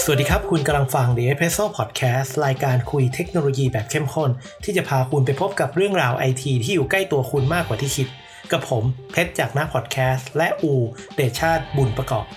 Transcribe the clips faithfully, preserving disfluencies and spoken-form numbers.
สวัสดีครับคุณกำลังฟัง The Espresso Podcast รายการคุยเทคโนโลยีแบบเข้มข้นที่จะพาคุณไปพบกับเรื่องราว ไอ ที ที่อยู่ใกล้ตัวคุณมากกว่าที่คิดกับผมเพชรจากหน้า Podcast และอูเดชชาติบุญประกอบ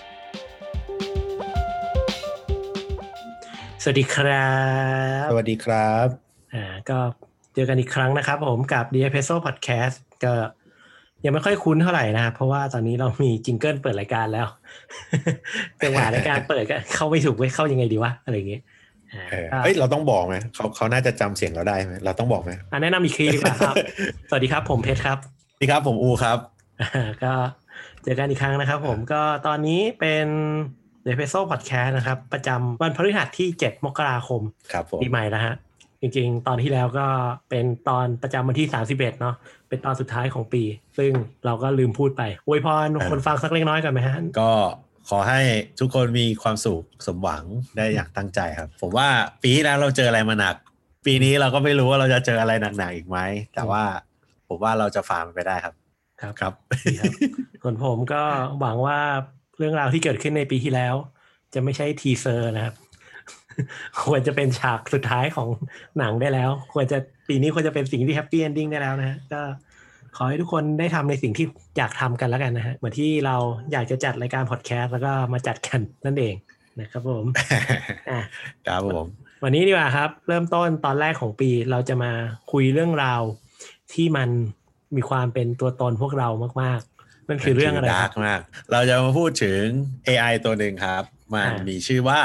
สวัสดีครับสวัสดีครับอ่าก็เจอกันอีกครั้งนะครับผมกับ The Espresso Podcast ก็ยังไม่ค่อยคุ้นเท่าไหร่นะครับเพราะว่าตอนนี้เรามีจิงเกิลเปิดรายการแล้วจังหวะในการเปิดก็เข้าไม่ถูกไว้เข้ายังไงดีวะอะไรอย่างเงี้ยเออเอ้ยเราต้องบอกไหมเขาเขาน่าจะจำเสียงเราได้ไหมเราต้องบอกไหมอ่ะแนะนำอีกทีดีกว่าครับ สวัสดีครับผมเพชรครับสวัสดีครับผมอูครับก็เจอกันอีกครั้งนะครับผมก็ตอนนี้เป็น The Espresso Podcast นะครับประจำวันพฤหัสที่เจ็ดมกราคมปีใหม่แล้วฮะจริงๆตอนที่แล้วก็เป็นตอนประจำวันที่สามสิบเอ็ดเนาะเป็นตอนสุดท้ายของปีซึ่งเราก็ลืมพูดไปอวยพรคนฟังสักเล็กน้อยก่อนไหมฮะก็ขอให้ทุกคนมีความสุขสมหวังได้อย่างตั้งใจครับผมว่าปีที่แล้วเราเจออะไรมาหนักปีนี้เราก็ไม่รู้ว่าเราจะเจออะไรหนักๆอีกไหมแต่ว่าผมว่าเราจะฝ่ามันไปได้ครับครับครับส่วนผมก็หวังว่าเรื่องราวที่เกิดขึ้นในปีที่แล้วจะไม่ใช่ทีเซอร์นะครับควรจะเป็นฉากสุดท้ายของหนังได้แล้วควรจะปีนี้ควรจะเป็นสิ่งที่แฮปปี้เอนดิ้งได้แล้วนะฮะก็ขอให้ทุกคนได้ทำในสิ่งที่อยากทำกันแล้วกันนะฮะเหมือนที่เราอยากจะจัดรายการพอดแคสต์แล้วก็มาจัดกันนั่นเองนะครับผมอ่ะครับผมวันนี้ดีกว่าครับเริ่มต้นตอนแรกของปีเราจะมาคุยเรื่องราวที่มันมีความเป็นตัวตนพวกเรามากๆนั่นคือเรื่องอะไรครับมากเราจะมาพูดถึง เอ ไอ ตัวหนึ่งครับมันมีชื่อว่า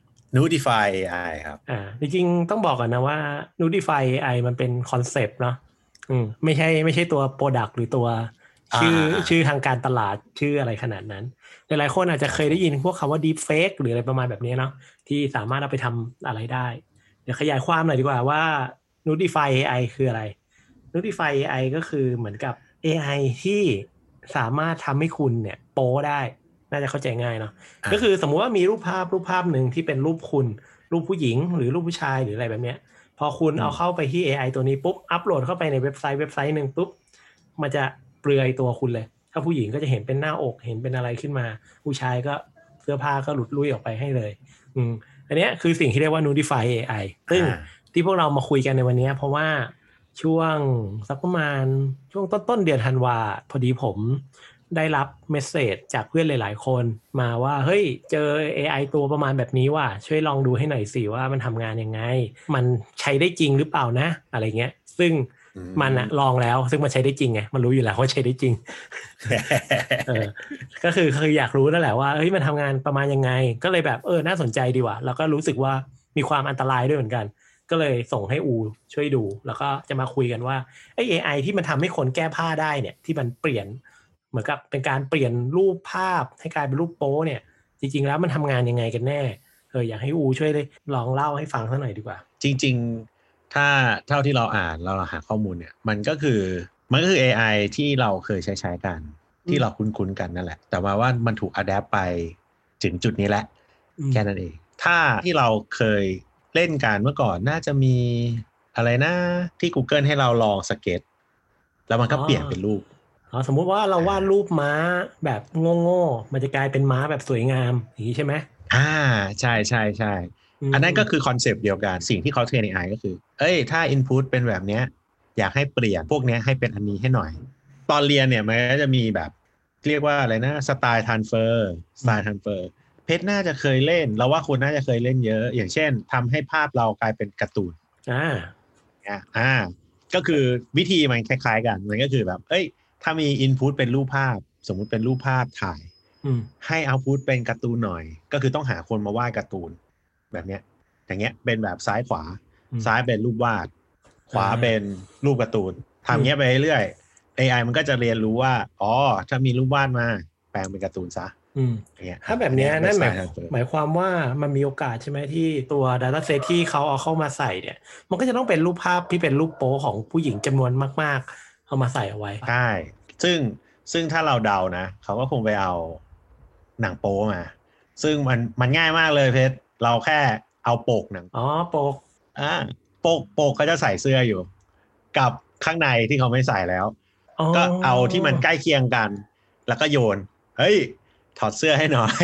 Notify เอ ไอ ครับอ่าจริงๆต้องบอกก่อนนะว่า Notify เอ ไอ มันเป็นคอนเซปต์เนาะอืมไม่ใช่ไม่ใช่ตัว product หรือตัวชื่อชื่อทางการตลาดชื่ออะไรขนาดนั้นหลายๆคนอาจจะเคยได้ยินพวกคำว่า deep fake หรืออะไรประมาณแบบนี้เนาะที่สามารถเอาไปทำอะไรได้เดี๋ยวขยายความหน่อยดีกว่าว่า Notify เอ ไอ คืออะไร Notify เอ ไอ ก็คือเหมือนกับ เอ ไอ ที่สามารถทำให้คุณเนี่ยโป๊ได้น่าจะเข้าใจง่ายเนาะก็คือสมมุติว่ามีรูปภาพรูปภาพหนึ่งที่เป็นรูปคุณรูปผู้หญิงหรือรูปผู้ชายหรืออะไรแบบเนี้ยพอคุณเอาเข้าไปที่ เอ ไอ ตัวนี้ปุ๊บอัปโหลดเข้าไปในเว็บไซต์เว็บไซต์นึงปุ๊บมันจะเปลือยตัวคุณเลยถ้าผู้หญิงก็จะเห็นเป็นหน้าอกเห็นเป็นอะไรขึ้นมาผู้ชายก็เสื้อผ้าก็หลุดลุ่ยออกไปให้เลยอืมอันเนี้ยคือสิ่งที่เรียกว่า Notify เอ ไอ ซึ่งที่พวกเรามาคุยกันในวันนี้เพราะว่าช่วงสักประมาณช่วงต้นๆเดือนธันวาพอดีผมได้รับเมสเสจจากเพื่อนหลายๆคนมาว่าเฮ้ยเจอ เอ ไอ ตัวประมาณแบบนี้ว่ะช่วยลองดูให้หน่อยสิว่ามันทำงานยังไงมันใช้ได้จริงหรือเปล่านะอะไรเงี้ยซึ่งมันอะลองแล้วซึ่งมันใช้ได้จริงไงมันรู้อยู่แล้วว่าใช้ได้จริง เออก็คือคืออยากรู้นั่นแหละว่าเฮ้ยมันทำงานประมาณยังไงก็เลยแบบเออน่าสนใจดีว่ะแล้วก็รู้สึกว่ามีความอันตรายด้วยเหมือนกันก็เลยส่งให้อูช่วยดูแล้วก็จะมาคุยกันว่าไอ้ เอ ไอ ที่มันทำให้คนแก้ผ้าได้เนี่ยที่มันเปลี่ยนเหมือนกับเป็นการเปลี่ยนรูปภาพให้กลายเป็นรูปโป๊เนี่ยจริงๆแล้วมันทำงานยังไงกันแน่เอออยากให้อูช่วยเลยลองเล่าให้ฟังสักหน่อยดีกว่าจริงๆถ้าเท่าที่เราอ่านเราหาข้อมูลเนี่ยมันก็คือมันก็คือ เอ ไอ ที่เราเคยใช้ใช้กันที่เราคุ้นๆกันนั่นแหละแต่ว่าว่ามันถูกอะแดปไปถึงจุดนี้แหละแค่นั้นเองถ้าที่เราเคยเล่นกันเมื่อก่อนน่าจะมีอะไรนะที่ Google ให้เราลองสเก็ตแล้วมันก็เปลี่ยนเป็นรูปอ๋อสมมุติว่าเราวาดรูปม้าแบบโง่ๆมันจะกลายเป็นม้าแบบสวยงามอย่างนี้ใช่ไหมอ่าใช่ใช่ใช่อันนั้นก็คือคอนเซปต์เดียวกันสิ่งที่เขาเทรน เอ ไอ ก็คือเอ้ยถ้า input เป็นแบบเนี้ยอยากให้เปลี่ยนพวกเนี้ยให้เป็นอันนี้ให้หน่อยตอนเรียนเนี่ยมันก็จะมีแบบเรียกว่าอะไรนะสไตล์ transfer สไตล์ transfer เพชรน่าจะเคยเล่นเราว่าคุณน่าจะเคยเล่นเยอะอย่างเช่นทำให้ภาพเรากลายเป็นการ์ตูนอ่าอ่าก็คือวิธีมันคล้ายๆกันมันก็คือแบบเอ้ยถ้ามี input เป็นรูปภาพสมมุติเป็นรูปภาพถ่ายให้เอาพุทเป็นการ์ตูนหน่อยก็คือต้องหาคนมาวาดการ์ตูนแบบเนี้ยอย่างเงี้ยเป็นแบบซ้ายขวาซ้ายเป็นรูปวาดขวาเป็นรูปการ์ตูนทำเงี้ยไปเรื่อยๆ เอ ไอ มันก็จะเรียนรู้ว่าอ๋อถ้ามีรูปวาดมาแปลงเป็นการ์ตูนซะอย่างเงี้ยถ้าแบบนี้นั่นหมายหมายความว่ามันมีโอกาสใช่ไหมที่ตัว dataset ที่เขาเอาเข้ามาใส่เนี่ยมันก็จะต้องเป็นรูปภาพที่เป็นรูปโป๊ของผู้หญิงจำนวนมากๆเอามาใส่เอาไว้ใช่ซึ่งซึ่งถ้าเราเดานะเขาก็คงไปเอาหนังโป๊มาซึ่งมันมันง่ายมากเลยเพชรเราแค่เอาปกหนังอ๋อปกอ่าปกปกเขาจะใส่เสื้ออยู่กับข้างในที่เขาไม่ใส่แล้วก็เอาที่มันใกล้เคียงกันแล้วก็โยนเฮ้ยถอดเสื้อให้หน่อย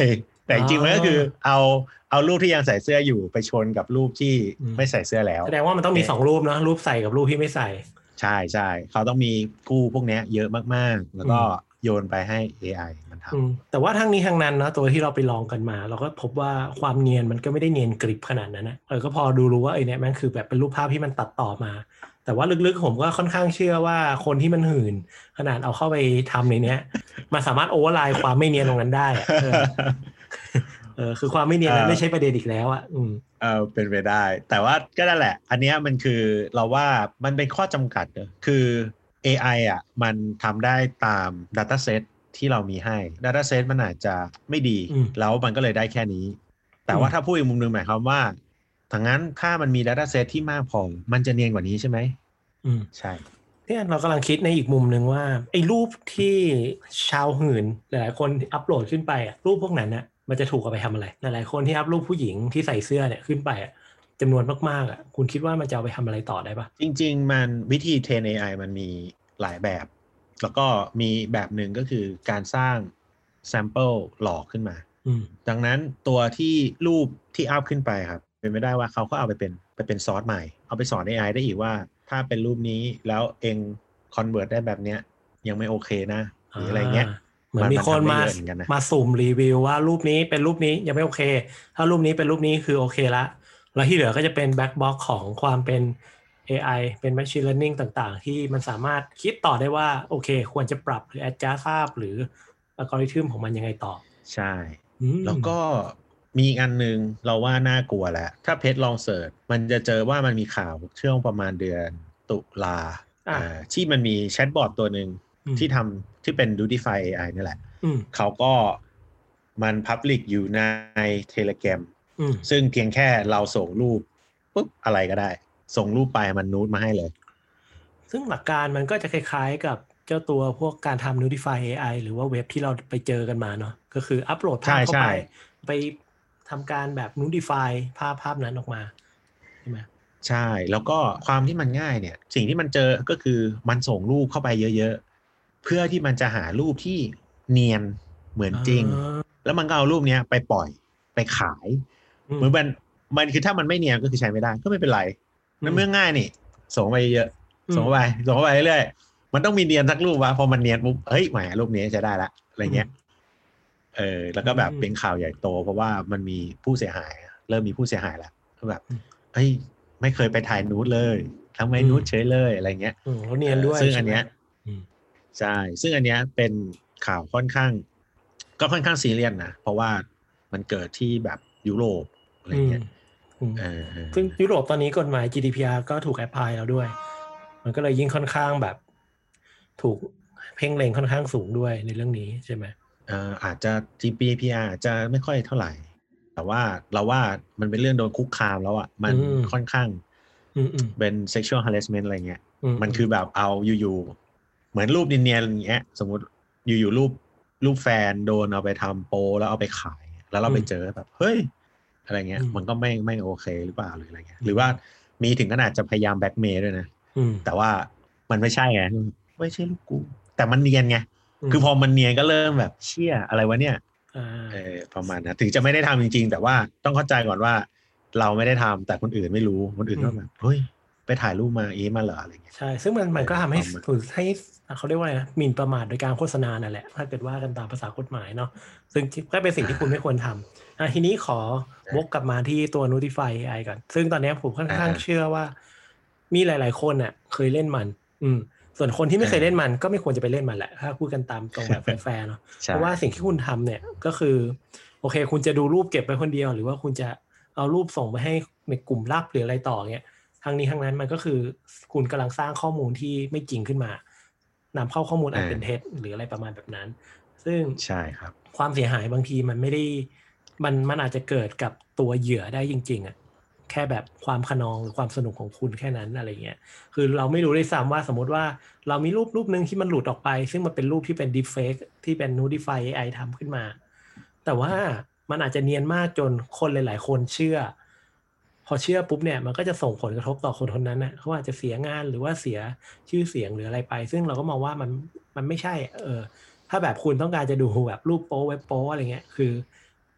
แต่จริงๆมันก็คือเอาเอารูปที่ยังใส่เสื้ออยู่ไปชนกับรูปที่ไม่ใส่เสื้อแล้วแสดงว่ามันต้องมีสองรูปเนาะรูปใส่กับรูปที่ไม่ใส่ใช่ใช่เขาต้องมีกู้พวกนี้เยอะมากๆแล้วก็โยนไปให้ เอ ไอ มันทำแต่ว่าทั้งนี้ทั้งนั้นนะตัวที่เราไปลองกันมาเราก็พบว่าความเนียนมันก็ไม่ได้เนียนกริบขนาดนั้นนะเออก็พอดูรู้ว่าไอ้เนี่ยมันคือแบบเป็นรูปภาพที่มันตัดต่อมาแต่ว่าลึกๆผมก็ค่อนข้างเชื่อว่าคนที่มันหื่นขนาดเอาเข้าไปทำในเนี้ยมันสามารถโอเวอร์ไลน์ความไม่เนียนตรงนั้นได้อะเออเออคือความไม่เนียนนั้นไม่ใช่ประเด็นอีกแล้วอ่ะอืมเออเป็นไปได้แต่ว่าก็นั่นแหละอันนี้มันคือเราว่ามันเป็นข้อจำกัดเนอะคือ เอ ไอ อ่ะมันทำได้ตาม dataset ที่เรามีให้ dataset มันอาจจะไม่ดีแล้วมันก็เลยได้แค่นี้แต่ว่าถ้าพูดอีกมุมนึงหมายความว่าถ้างั้นถ้ามันมี dataset ที่มากพอมันจะเนียนกว่านี้ใช่ไหมอืมใช่เนี่ยเรากำลังคิดในอีกมุมหนึ่งว่าไอ้รูปที่ชาวหื่นหลายๆคนอัปโหลดขึ้นไปอ่ะรูปพวกนั้นน่ะมันจะถูกเอาไปทำอะไรหลายๆคนที่อัปรูปผู้หญิงที่ใส่เสื้อเนี่ยขึ้นไปอ่ะจำนวนมากๆอ่ะคุณคิดว่ามันจะเอาไปทำอะไรต่อได้ปะจริงๆมันวิธีเทรน เอ ไอ มันมีหลายแบบแล้วก็มีแบบหนึ่งก็คือการสร้าง sample หลอกขึ้นมาดังนั้นตัวที่รูปที่อัพขึ้นไปครับเป็นไม่ได้ว่าเขาก็เอาไปเป็นไปเป็นซอสใหม่เอาไปสอน เอ ไอ ได้อีกว่าถ้าเป็นรูปนี้แล้วเอง convert ได้แบบเนี้ยยังไม่โอเคนะหรืออะไรเงี้ยเหมือนมีคนมามาสุ่มรีวิวว่ารูปนี้เป็นรูปนี้ยังไม่โอเคถ้ารูปนี้เป็นรูปนี้คือโอเคละแล้วที่เหลือก็จะเป็นแบ็กบ็อกซ์ของความเป็น เอ ไอ เป็น Machine Learning ต่างๆที่มันสามารถคิดต่อได้ว่าโอเคควรจะปรับหรือ adjust ภาพหรืออัลกอริทึมของมันยังไงต่อใช่แล้วก็มีอันนึงเราว่าน่ากลัวแล้วถ้าเพจลองเสิร์ชมันจะเจอว่ามันมีข่าวช่วงประมาณเดือนตุลาที่มันมีแชทบอทตัวหนึ่งที่ทำที่เป็น Dudify เอ ไอ นี่แหละเขาก็มัน Public อยู่ใน Telegram ซึ่งเพียงแค่เราส่งรูปปุ๊บอะไรก็ได้ส่งรูปไปมันนูดมาให้เลยซึ่งหลักการมันก็จะคล้ายๆกับเจ้าตัวพวกการทำ Notify เอ ไอ หรือว่าเว็บที่เราไปเจอกันมาเนาะก็คืออัปโหลดภาพเข้าไปไปทำการแบบ Notify ภาพภาพนั้นออกมาใช่ไหมใช่แล้วก็ความที่มันง่ายเนี่ยสิ่งที่มันเจอก็คือมันส่งรูปเข้าไปเยอะๆเพื่อที่มันจะหารูปที่เนียนเหมือนจริงแล้วมันก็เอารูปนี้ไปปล่อยไปขายเหมือนมันมันคือถ้ามันไม่เนียนก็คือใช้ไม่ได้ก็ไม่เป็นไรมันเมื่อง่ายนี่ส่งไปเยอะส่งไปส่งไปเรื่อยๆมันต้องมีเนียนสักรูปวะพอมันเนียนปุ๊บเฮ้ยแหมรูปนี้จะได้ละอะไรเงี้ยเออแล้วก็แบบเป็นข่าวใหญ่โตเพราะว่ามันมีผู้เสียหายเริ่มมีผู้เสียหายแล้วแบบเฮ้ยไม่เคยไปถ่ายนูดเลยทำไมนูดเฉยเลยอะไรเงี้ยเขาเนียนด้วยซึ่งอันเนี้ยใช่ซึ่งอันเนี้ยเป็นข่าวค่อนข้างก็ค่อนข้างซีเรียสนะเพราะว่ามันเกิดที่แบบยุโรปอะไรเงี้ยซึ่งยุโรปตอนนี้กฎหมาย จี ดี พี อาร์ ก็ถูกแอพพลายแล้วด้วยมันก็เลยยิ่งค่อนข้างแบบถูกเพ่งเล็งค่อนข้างสูงด้วยในเรื่องนี้ใช่ไหมเอ่ออาจจะ จี พี อาร์ อาจจะไม่ค่อยเท่าไหร่แต่ว่าเราว่ามันเป็นเรื่องโดนคุกคามแล้วอ่ะมันค่อนข้างเป็น sexual harassment อะไรเงี้ยมันคือแบบเอาอยู่ๆเหมือนรูปเนียนๆอย่างเงี้ยสมมติอยู่ๆรูปรูปแฟนโดนเอาไปทำโปแล้วเอาไปขายแล้วเราไปเจอแบบเฮ้ยอะไรเงี้ยมันก็ไม่ไม่โอเคหรือเปล่าหรืออะไรเงี้ยหรือว่ามีถึงขนาดจะพยายามแบล็กเมย์ด้วยนะแต่ว่ามันไม่ใช่ไงไม่ใช่ลูกกูแต่มันเนียนไงคือพอมันเนียนก็เริ่มแบบเชี่ยอะไรวะเนี่ยเออประมาณนะถึงจะไม่ได้ทำจริงๆแต่ว่าต้องเข้าใจก่อนว่าเราไม่ได้ทำแต่คนอื่นไม่รู้คนอื่นก็แบบเฮ้ยไปถ่ายรูปมาเอ๊ะมาเหรออะไรเงี้ยใช่ซึ่งมันมันก็ทำให้ให้เขาเรียกว่าอะไรนะหมิ่นประมาทโดยการโฆษณานั่นแหละถ้าเกิดว่ากันตามภาษากฎหมายเนาะซึ่งก็เป็นสิ่งที่คุณไม่ควรทำอ่ะทีนี้ขอวกกลับมาที่ตัว Notify เอ ไอ ก่อนซึ่งตอนนี้ผมค่อนข้างเชื่อว่ามีหลายๆคนอ่ะเคยเล่นมันอืมส่วนคนที่ไม่เคยเล่นมันก็ไม่ควรจะไปเล่นมันแหละถ้าพูดกันตามตรงแบบแฟร์ๆเนาะเพราะว่าสิ่งที่คุณทำเนี่ยก็คือโอเคคุณจะดูรูปเก็บไว้คนเดียวหรือว่าคุณจะเอารูปส่งไปให้ในกลุ่มลับหรืออะไรต่อเงี้ยทั้งนี้ทั้งนั้นมันก็คือคุณกำลังสร้างข้อมูลที่ไม่จริงขึ้นมานำเข้าข้อมูลอันเป็นเท็จหรืออะไรประมาณแบบนั้นซึ่งใช่ครับความเสียหายบางทีมันไม่ได้มันมันอาจจะเกิดกับตัวเหยื่อได้จริงๆอ่ะแค่แบบความขนองหรือความสนุกของคุณแค่นั้นอะไรเงี้ยคือเราไม่รู้ด้วยซ้ำว่าสมมติว่าเรามีรูปรูปนึงที่มันหลุดออกไปซึ่งมันเป็นรูปที่เป็น deepfake ที่เป็น Notify เอ ไอ ทำขึ้นมาแต่ว่ามันอาจจะเนียนมากจนคนหลายๆคนเชื่อพอเชื่อปุ๊บเนี่ยมันก็จะส่งผลกระทบต่อคนคนนั้นนะเขาอาจจะเสียงานหรือว่าเสียชื่อเสียงหรืออะไรไปซึ่งเราก็มองว่ามันมันไม่ใช่เออถ้าแบบคุณต้องการจะดูแบบรูปโป๊เว็บโป๊อะไรเงี้ยคือ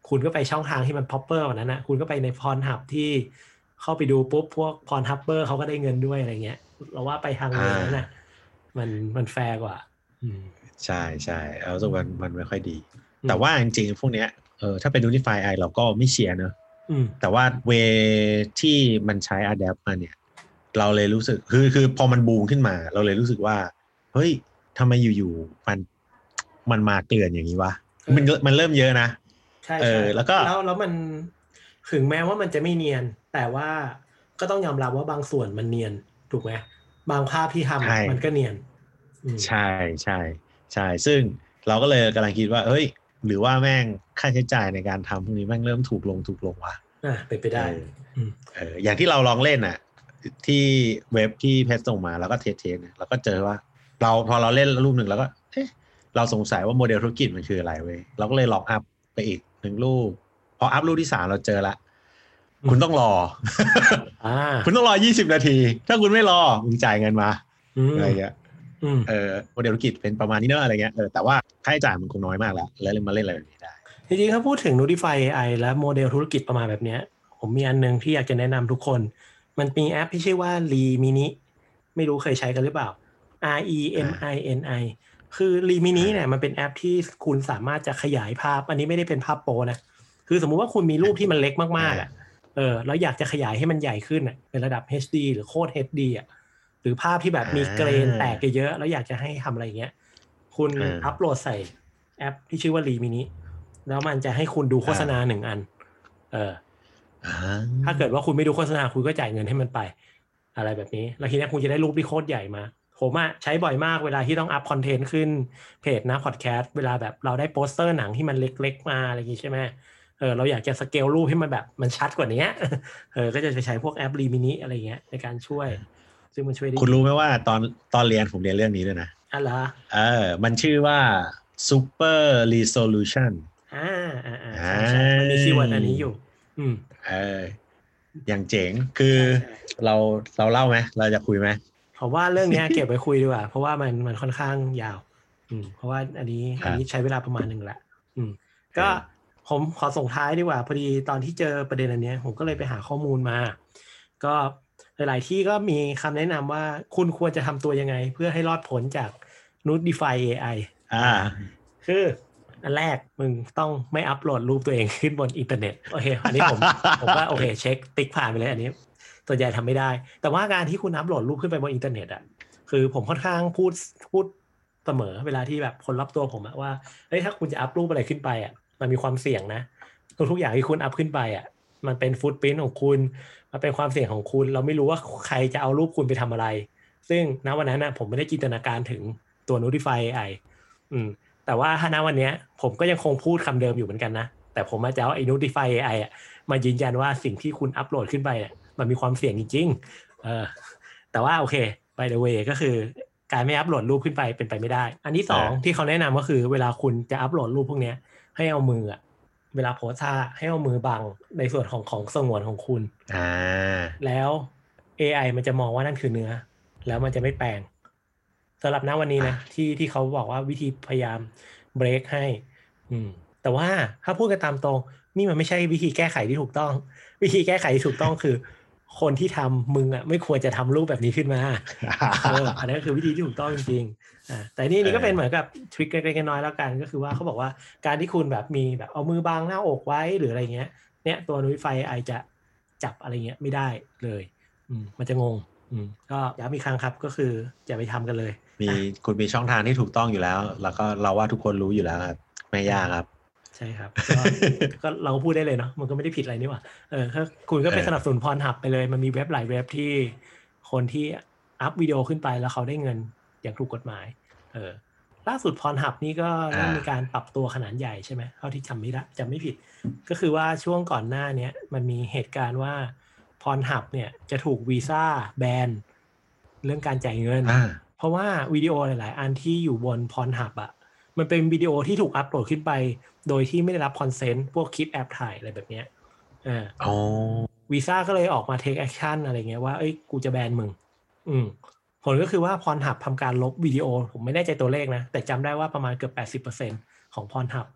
คุณก็ไปช่องทางที่มัน proper กว่านั้นนะคุณก็ไปใน Pornhub ที่เข้าไปดูปุ๊บพวก Pornhubber เขาก็ได้เงินด้วยอะไรเงี้ยเราว่าไปทางเวนั้นน่ะมันมันแฟร์กว่าใช่ใช่เอาสึกมันมันไม่ค่อยดีแต่ว่าจริงๆพวกเนี้ยเออถ้าเป็น Notify ไอเราก็ไม่เชียร์เนอะแต่ว่าเวที่มันใช้ Adapt มาเนี่ยเราเลยรู้สึกคือคือพอมันบูมขึ้นมาเราเลยรู้สึกว่าเฮ้ยทำไมอยู่ๆมันมันมาเกลื่อนอย่างนี้วะมันมันเริ่มเยอะนะใช่ใช่แล้วก็แล้วแล้วมันถึงแม้ว่ามันจะไม่เนียนแต่ว่าก็ต้องยอมรับว่าบางส่วนมันเนียนถูกไหมบางภาพที่ทำมันก็เนียนใช่ใช่ใช่ซึ่งเราก็เลยกำลังคิดว่าเฮ้ยหรือว่าแม่งค่าใช้จ่ายในการทำพวกนี้แม่งเริ่มถูกลงถูกลงว่ะอ่าเป็นไปได้เอออย่างที่เราลองเล่นอ่ะที่เว็บที่เพจส่งมาแล้วก็เทสเทสเนี่ยเราก็เจอว่าเราพอเราเล่นรูปหนึ่งแล้วก็เอ๊ะเราสงสัยว่าโมเดลธุรกิจมันคืออะไรเว้ยเราก็เลยลองอัพไปอีกหนึ่งรูปพออัพรูปที่สามเราเจอละคุณต้องรออ่าคุณต้องรอยี่สิบนาทีถ้าคุณไม่รอมึงจ่ายเงินมาอะไรเงี้ยเออโมเดลธุรกิจเป็นประมาณนี้เนอะอะไรเงี้ยเออแต่ว่าค่าใช้จ่ายมันคงน้อยมากแล้วแล้วเลยมาเล่นอะไรแบบนี้ได้จริงๆถ้าพูดถึง Notify เอ ไอ และโมเดลธุรกิจประมาณแบบนี้ผมมีอันนึงที่อยากจะแนะนำทุกคนมันมีแอปที่ชื่อว่า Remini ไม่รู้เคยใช้กันหรือเปล่า R E M I N I คือ Remini เนี่ยมันเป็นแอปที่คุณสามารถจะขยายภาพอันนี้ไม่ได้เป็นภาพโปรนะคือสมมุติว่าคุณมีรูปที่มันเล็กมากๆอ่ะเออแล้วอยากจะขยายให้มันใหญ่ขึ้นอ่ะเป็นระดับ เอช ดี หรือโคตร เอช ดี อ่ะหรือภาพที่แบบมีเกรนแตกเยอะๆแล้วอยากจะให้ทำอะไรเงี้ยคุณอัปโหลดใส่แอปที่ชื่อว่า Remini แล้วมันจะให้คุณดูโฆษณาหนึ่งอันเออถ้าเกิดว่าคุณไม่ดูโฆษณาคุณก็จ่ายเงินให้มันไปอะไรแบบนี้แล้วทีนี้คุณจะได้รูปที่โคตรใหญ่มาผมอะใช้บ่อยมากเวลาที่ต้องอัพคอนเทนต์ขึ้นเพจนะพอดแคสต์เวลาแบบเราได้โปสเตอร์หนังที่มันเล็กๆมาอะไรอย่างงี้ใช่ไหมเออเราอยากจะสเกลรูปให้มันแบบมันชัดกว่านี้เออก็จะใช้พวกแอป Remini อะไรเงี้ยในการช่วยซึ่งมันช่วยได้คุณรู้ไหมว่าตอนตอนเรียนผมเรียนเรื่องนี้ด้วยนะอ๋อเหรอเออมันชื่อว่า Super Resolution อ่าอ่าอ่าใช่ใช่มันมีคีย์เวิร์ดอันนี้อยู่อืมเอออย่างเจ๋งคือเราเราเล่าไหมเราจะคุยไหมผมว่าเรื่องนี้เก็บไว้คุยดีกว่าเพราะว่ามันมันค่อนข้างยาวอืมเพราะว่าอันนี้อันนี้ใช้เวลาประมาณหนึ่งแหละอืมก็ผมขอส่งท้ายดีกว่าพอดีตอนที่เจอประเด็นอันนี้ผมก็เลยไปหาข้อมูลมาก็หลายๆที่ก็มีคำแนะนำว่าคุณควรจะทำตัวยังไงเพื่อให้รอดพ้นจาก Notify เอ ไออ่าคืออันแรกมึงต้องไม่อัปโหลดรูปตัวเองขึ้นบนอินเทอร์เน็ตโอเคอันนี้ผมผมว่าโอเคเช็คติ๊กผ่านไปเลยอันนี้ส่วนใหญ่ทำไม่ได้แต่ว่าการที่คุณอัปโหลดรูปขึ้นไปบนอินเทอร์เน็ตอ่ะคือผมค่อนข้างพูดพูดเสมอเวลาที่แบบคนรอบตัวผมอะว่าเฮ้ยถ้าคุณจะอัปรูปอะไรขึ้นไปอ่ะมันมีความเสี่ยงนะทุกๆอย่างที่คุณอัพขึ้นไปอ่ะมันเป็นฟุตพริ้นท์ของคุณมันเป็นความเสี่ยงของคุณเราไม่รู้ว่าใครจะเอารูปคุณไปทำอะไรซึ่งณวันนั้นนะผมไม่ได้จินตนาการถึงตัว Notify เอ ไอ อืมแต่ว่าถ้าณวันนี้ผมก็ยังคงพูดคำเดิมอยู่เหมือนกันนะแต่ผมมาจะเอาไอ้ Notify เอ ไอ อ่ะมายืนยันว่าสิ่งที่คุณอัปโหลดขึ้นไปเนี่ยมันมีความเสี่ยงจริงๆเออแต่ว่าโอเค by the way ก็คือการไม่อัปโหลดรูปขึ้นไปเป็นไปไม่ได้อันที่สองที่เขาแนะนำก็คือเวลาคุณจะอัปโหลดรูปพวกนี้ให้เอามืออ่ะเวลาโพสท่าให้เอามือบังในส่วนของของสงวนของคุณอ่าแล้ว เอ ไอ มันจะมองว่านั่นคือเนื้อแล้วมันจะไม่แปลงสำหรับณวันนี้นะที่ที่เขาบอกว่าวิธีพยายามเบรกให้อืมแต่ว่าถ้าพูดกันตามตรงนี่มันไม่ใช่วิธีแก้ไขที่ถูกต้องวิธีแก้ไขที่ถูกต้องคือคนที่ทำมึงอ่ะไม่ควรจะทำรูปแบบนี้ขึ้นมาเอออันนี้ก็คือวิธีที่ถูกต้องจริงๆอ่าแต่นี่นี่ก็เป็นเหมือนกับทริคเล็กๆน้อยๆแล้วกันก็คือว่าเขาบอกว่าการที่คุณแบบมีแบบเอามือบังหน้าอกไว้หรืออะไรเงี้ยเนี่ยตัว Notify ไอจะจับอะไรเงี้ยไม่ได้เลยอืมมันจะงงอืมก็ย้ำอีกครั้งครับก็คืออย่าไปทำกันเลยมีคุณมีช่องทางที่ถูกต้องอยู่แล้วแล้วก็เราว่าทุกคนรู้อยู่แล้วครับไม่ยากครับใช่ครับก็ก็เราพูดได้เลยเนาะมันก็ไม่ได้ผิดอะไรนี่หว่าเออถ้าคุณก็ไปสนับสนุนพรหับไปเลยมันมีเว็บหลายเว็บที่คนที่อัพวิดีโอขึ้นไปแล้วเขาได้เงินอย่างถูกกฎหมายเออล่าสุดพรหับนี่ก็ได้มีการปรับตัวขนาดใหญ่ใช่ไหมเท่าที่จำไม่ได้จำไม่ผิดก็คือว่าช่วงก่อนหน้านี้มันมีเหตุการณ์ว่าพรหับเนี่ยจะถูกวีซ่าแบนเรื่องการจ่ายเงินเพราะว่าวิดีโอหลายๆอันที่อยู่บนพรหับอ่ะมันเป็นวิดีโอที่ถูกอัปโหลดขึ้นไปโดยที่ไม่ได้รับคอนเซนต์พวกคลิปแอบถ่ายอะไรแบบเนี้ยอ่าอ๋อวีซ่าก็เลยออกมาเทคแอคชั่นอะไรเงี้ยว่าเอ้ยกูจะแบนมึงอืมผลก็คือว่าพรหับทำการลบวิดีโอผมไม่แน่ใจตัวเลขนะแต่จำได้ว่าประมาณเกือบ แปดสิบเปอร์เซ็นต์ ของพรหับ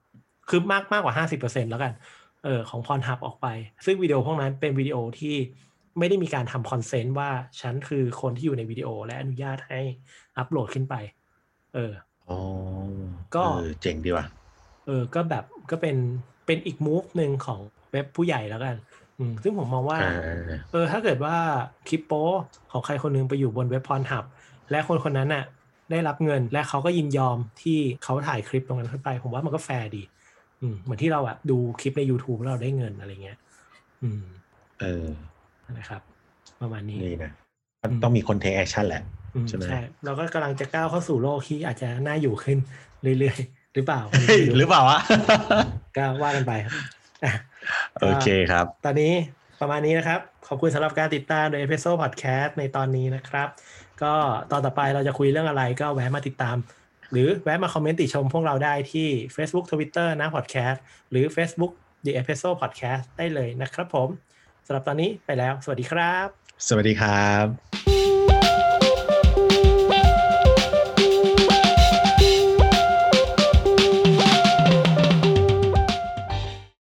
คือมากมากกว่า ห้าสิบเปอร์เซ็นต์ แล้วกันเออของ Pornhub ออกไปซึ่งวิดีโอพวกนั้นเป็นวิดีโอที่ไม่ได้มีการทำคอนเซนต์ว่าฉันคือคนที่อยู่ในวิดีโอและอนุญาตให้อัปโหลดขึ้นไปเอออ๋อก็เจ๋งดีว่ะเออก็แบบก็เป็นเป็นอีกมูฟหนึ่งของเว็บผู้ใหญ่แล้วกันอืมซึ่งผมมองว่าเออถ้าเกิดว่าคลิปโป๊ของใครคนนึงไปอยู่บนเว็บ Pornhub และคนคนนั้นน่ะได้รับเงินและเขาก็ยินยอมที่เขาถ่ายคลิปตรงนั้นขึ้นไปผมว่ามันก็แฟร์ดีอืมเหมือนที่เราอะดูคลิปใน YouTube แล้วเราได้เงินอะไรเงี้ยอืมเออนะครับประมาณนี้นี่นะต้องมีคนเทคแอคชั่นแหละใช่ไหมใช่เราก็กำลังจะก้าวเข้าสู่โลกที่อาจจะน่าอยู่ขึ้นเรื่อยๆหรือเปล่าหรือเปล่าวะก็ว่ากันไปครับโอเคครับตอนนี้ประมาณนี้นะครับขอบคุณสำหรับการติดตาม The Episode Podcast ในตอนนี้นะครับก็ตอนต่อไปเราจะคุยเรื่องอะไรก็แวะมาติดตามหรือแวะมาคอมเมนต์ติชมพวกเราได้ที่ Facebook Twitter นะ Podcast หรือ Facebook The Episode Podcast ได้เลยนะครับผมสำหรับตอนนี้ไปแล้วสวัสดีครับสวัสดีครับ